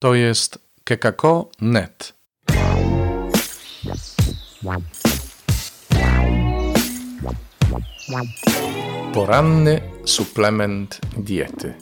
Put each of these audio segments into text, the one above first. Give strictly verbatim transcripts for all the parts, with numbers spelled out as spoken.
To jest kekako kropka net. Poranny suplement diety.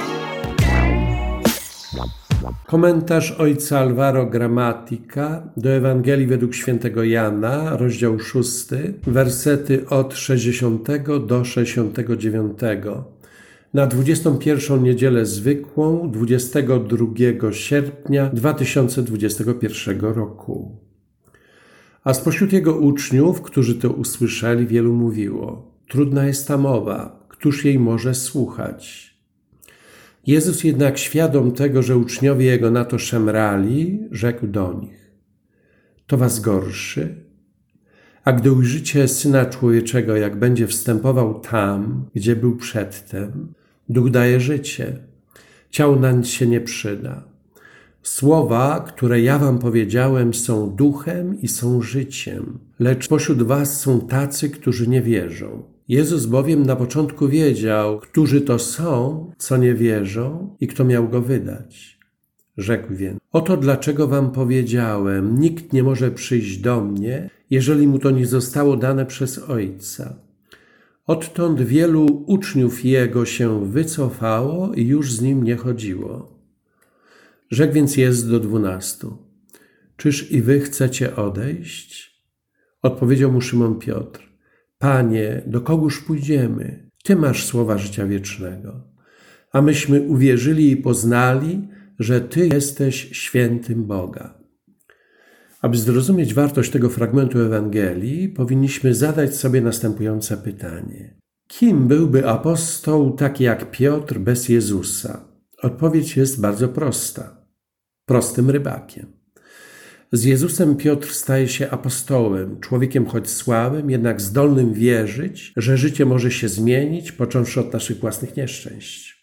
Komentarz ojca Alvaro Gramatika do Ewangelii według świętego Jana, rozdział szósty, wersety od sześćdziesiątego do sześćdziesiątego dziewiątego. Na dwudziestą pierwszą niedzielę zwykłą, dwudziestego drugiego sierpnia dwa tysiące dwudziestego pierwszego roku. A spośród jego uczniów, którzy to usłyszeli, wielu mówiło: trudna jest ta mowa, któż jej może słuchać? Jezus jednak, świadom tego, że uczniowie Jego na to szemrali, rzekł do nich: to was gorszy? A gdy ujrzycie Syna Człowieczego, jak będzie wstępował tam, gdzie był przedtem, Duch daje życie, ciało na nic się nie przyda. Słowa, które ja wam powiedziałem, są duchem i są życiem, lecz pośród was są tacy, którzy nie wierzą. Jezus bowiem na początku wiedział, którzy to są, co nie wierzą i kto miał go wydać. Rzekł więc: oto dlaczego wam powiedziałem, nikt nie może przyjść do mnie, jeżeli mu to nie zostało dane przez Ojca. Odtąd wielu uczniów Jego się wycofało i już z Nim nie chodziło. Rzekł więc Jezus do dwunastu: czyż i wy chcecie odejść? Odpowiedział mu Szymon Piotr: Panie, do kogóż pójdziemy? Ty masz słowa życia wiecznego. A myśmy uwierzyli i poznali, że Ty jesteś świętym Boga. Aby zrozumieć wartość tego fragmentu Ewangelii, powinniśmy zadać sobie następujące pytanie. Kim byłby apostoł taki jak Piotr bez Jezusa? Odpowiedź jest bardzo prosta. Prostym rybakiem. Z Jezusem Piotr staje się apostołem, człowiekiem choć słabym, jednak zdolnym wierzyć, że życie może się zmienić, począwszy od naszych własnych nieszczęść.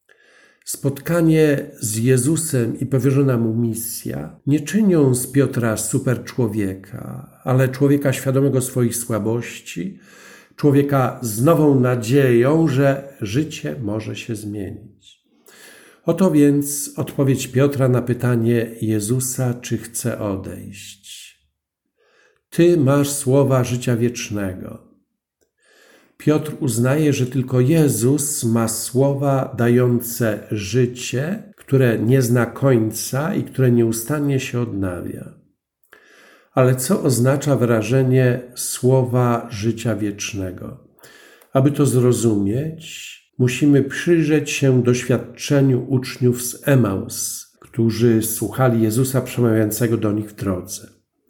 Spotkanie z Jezusem i powierzona mu misja nie czynią z Piotra super człowieka, ale człowieka świadomego swoich słabości, człowieka z nową nadzieją, że życie może się zmienić. Oto więc odpowiedź Piotra na pytanie Jezusa, czy chce odejść. Ty masz słowa życia wiecznego. Piotr uznaje, że tylko Jezus ma słowa dające życie, które nie zna końca i które nieustannie się odnawia. Ale co oznacza wyrażenie słowa życia wiecznego? Aby to zrozumieć, musimy przyjrzeć się doświadczeniu uczniów z Emaus, którzy słuchali Jezusa przemawiającego do nich w drodze.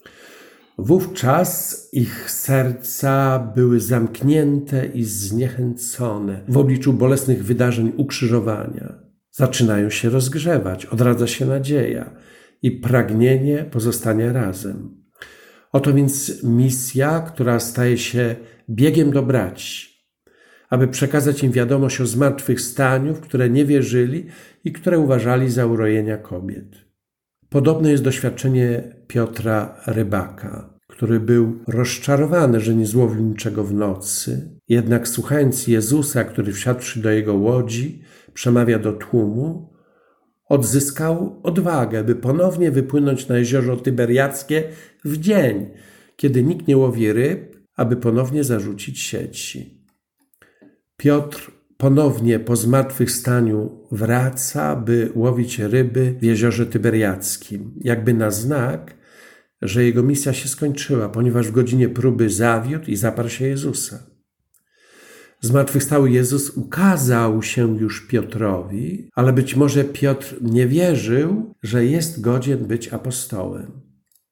Wówczas ich serca były zamknięte i zniechęcone w obliczu bolesnych wydarzeń ukrzyżowania. Zaczynają się rozgrzewać, odradza się nadzieja i pragnienie pozostania razem. Oto więc misja, która staje się biegiem do braci, aby przekazać im wiadomość o zmartwychwstaniu, w które nie wierzyli i które uważali za urojenia kobiet. Podobne jest doświadczenie Piotra Rybaka, który był rozczarowany, że nie złowił niczego w nocy, jednak słuchając Jezusa, który wsiadłszy do jego łodzi, przemawia do tłumu, odzyskał odwagę, by ponownie wypłynąć na jezioro Tyberiackie w dzień, kiedy nikt nie łowi ryb, aby ponownie zarzucić sieci. Piotr ponownie po zmartwychwstaniu wraca, by łowić ryby w jeziorze Tyberiackim, jakby na znak, że jego misja się skończyła, ponieważ w godzinie próby zawiódł i zaparł się Jezusa. Zmartwychwstały Jezus ukazał się już Piotrowi, ale być może Piotr nie wierzył, że jest godzien być apostołem.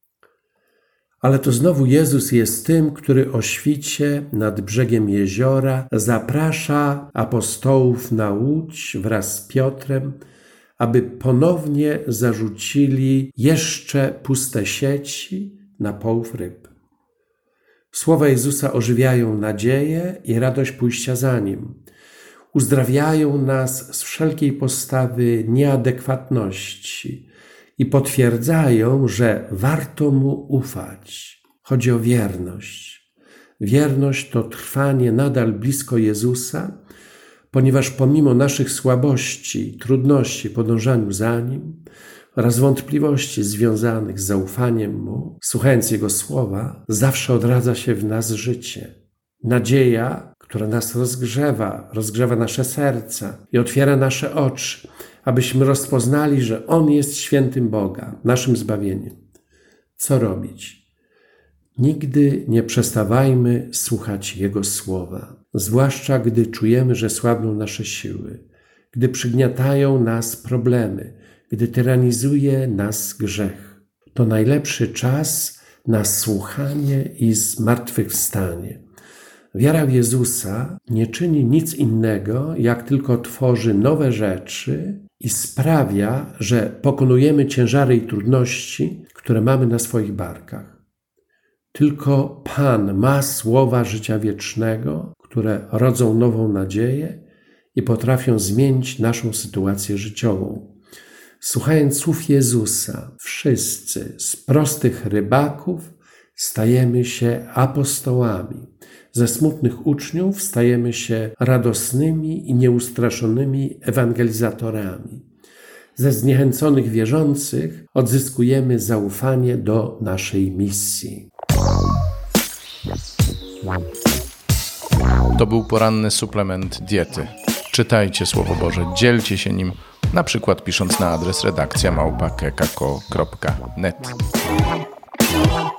Ale to znowu Jezus jest tym, który o świcie nad brzegiem jeziora zaprasza apostołów na łódź wraz z Piotrem, aby ponownie zarzucili jeszcze puste sieci na połów ryb. Słowa Jezusa ożywiają nadzieję i radość pójścia za Nim. Uzdrawiają nas z wszelkiej postawy nieadekwatności i potwierdzają, że warto Mu ufać. Chodzi o wierność. Wierność to trwanie nadal blisko Jezusa, ponieważ pomimo naszych słabości, trudności w podążaniu za Nim, oraz wątpliwości związanych z zaufaniem Mu, słuchając Jego słowa, zawsze odradza się w nas życie. Nadzieja, która nas rozgrzewa, rozgrzewa nasze serca i otwiera nasze oczy, abyśmy rozpoznali, że On jest świętym Boga, naszym zbawieniem. Co robić? Nigdy nie przestawajmy słuchać Jego słowa, zwłaszcza gdy czujemy, że słabną nasze siły, gdy przygniatają nas problemy, gdy tyranizuje nas grzech. To najlepszy czas na słuchanie i zmartwychwstanie. Wiara w Jezusa nie czyni nic innego, jak tylko tworzy nowe rzeczy i sprawia, że pokonujemy ciężary i trudności, które mamy na swoich barkach. Tylko Pan ma słowa życia wiecznego, które rodzą nową nadzieję i potrafią zmienić naszą sytuację życiową. Słuchając słów Jezusa, wszyscy z prostych rybaków stajemy się apostołami. Ze smutnych uczniów stajemy się radosnymi i nieustraszonymi ewangelizatorami. Ze zniechęconych wierzących odzyskujemy zaufanie do naszej misji. To był poranny suplement diety. Czytajcie Słowo Boże, dzielcie się nim, na przykład pisząc na adres redakcja małpa kekako kropka net.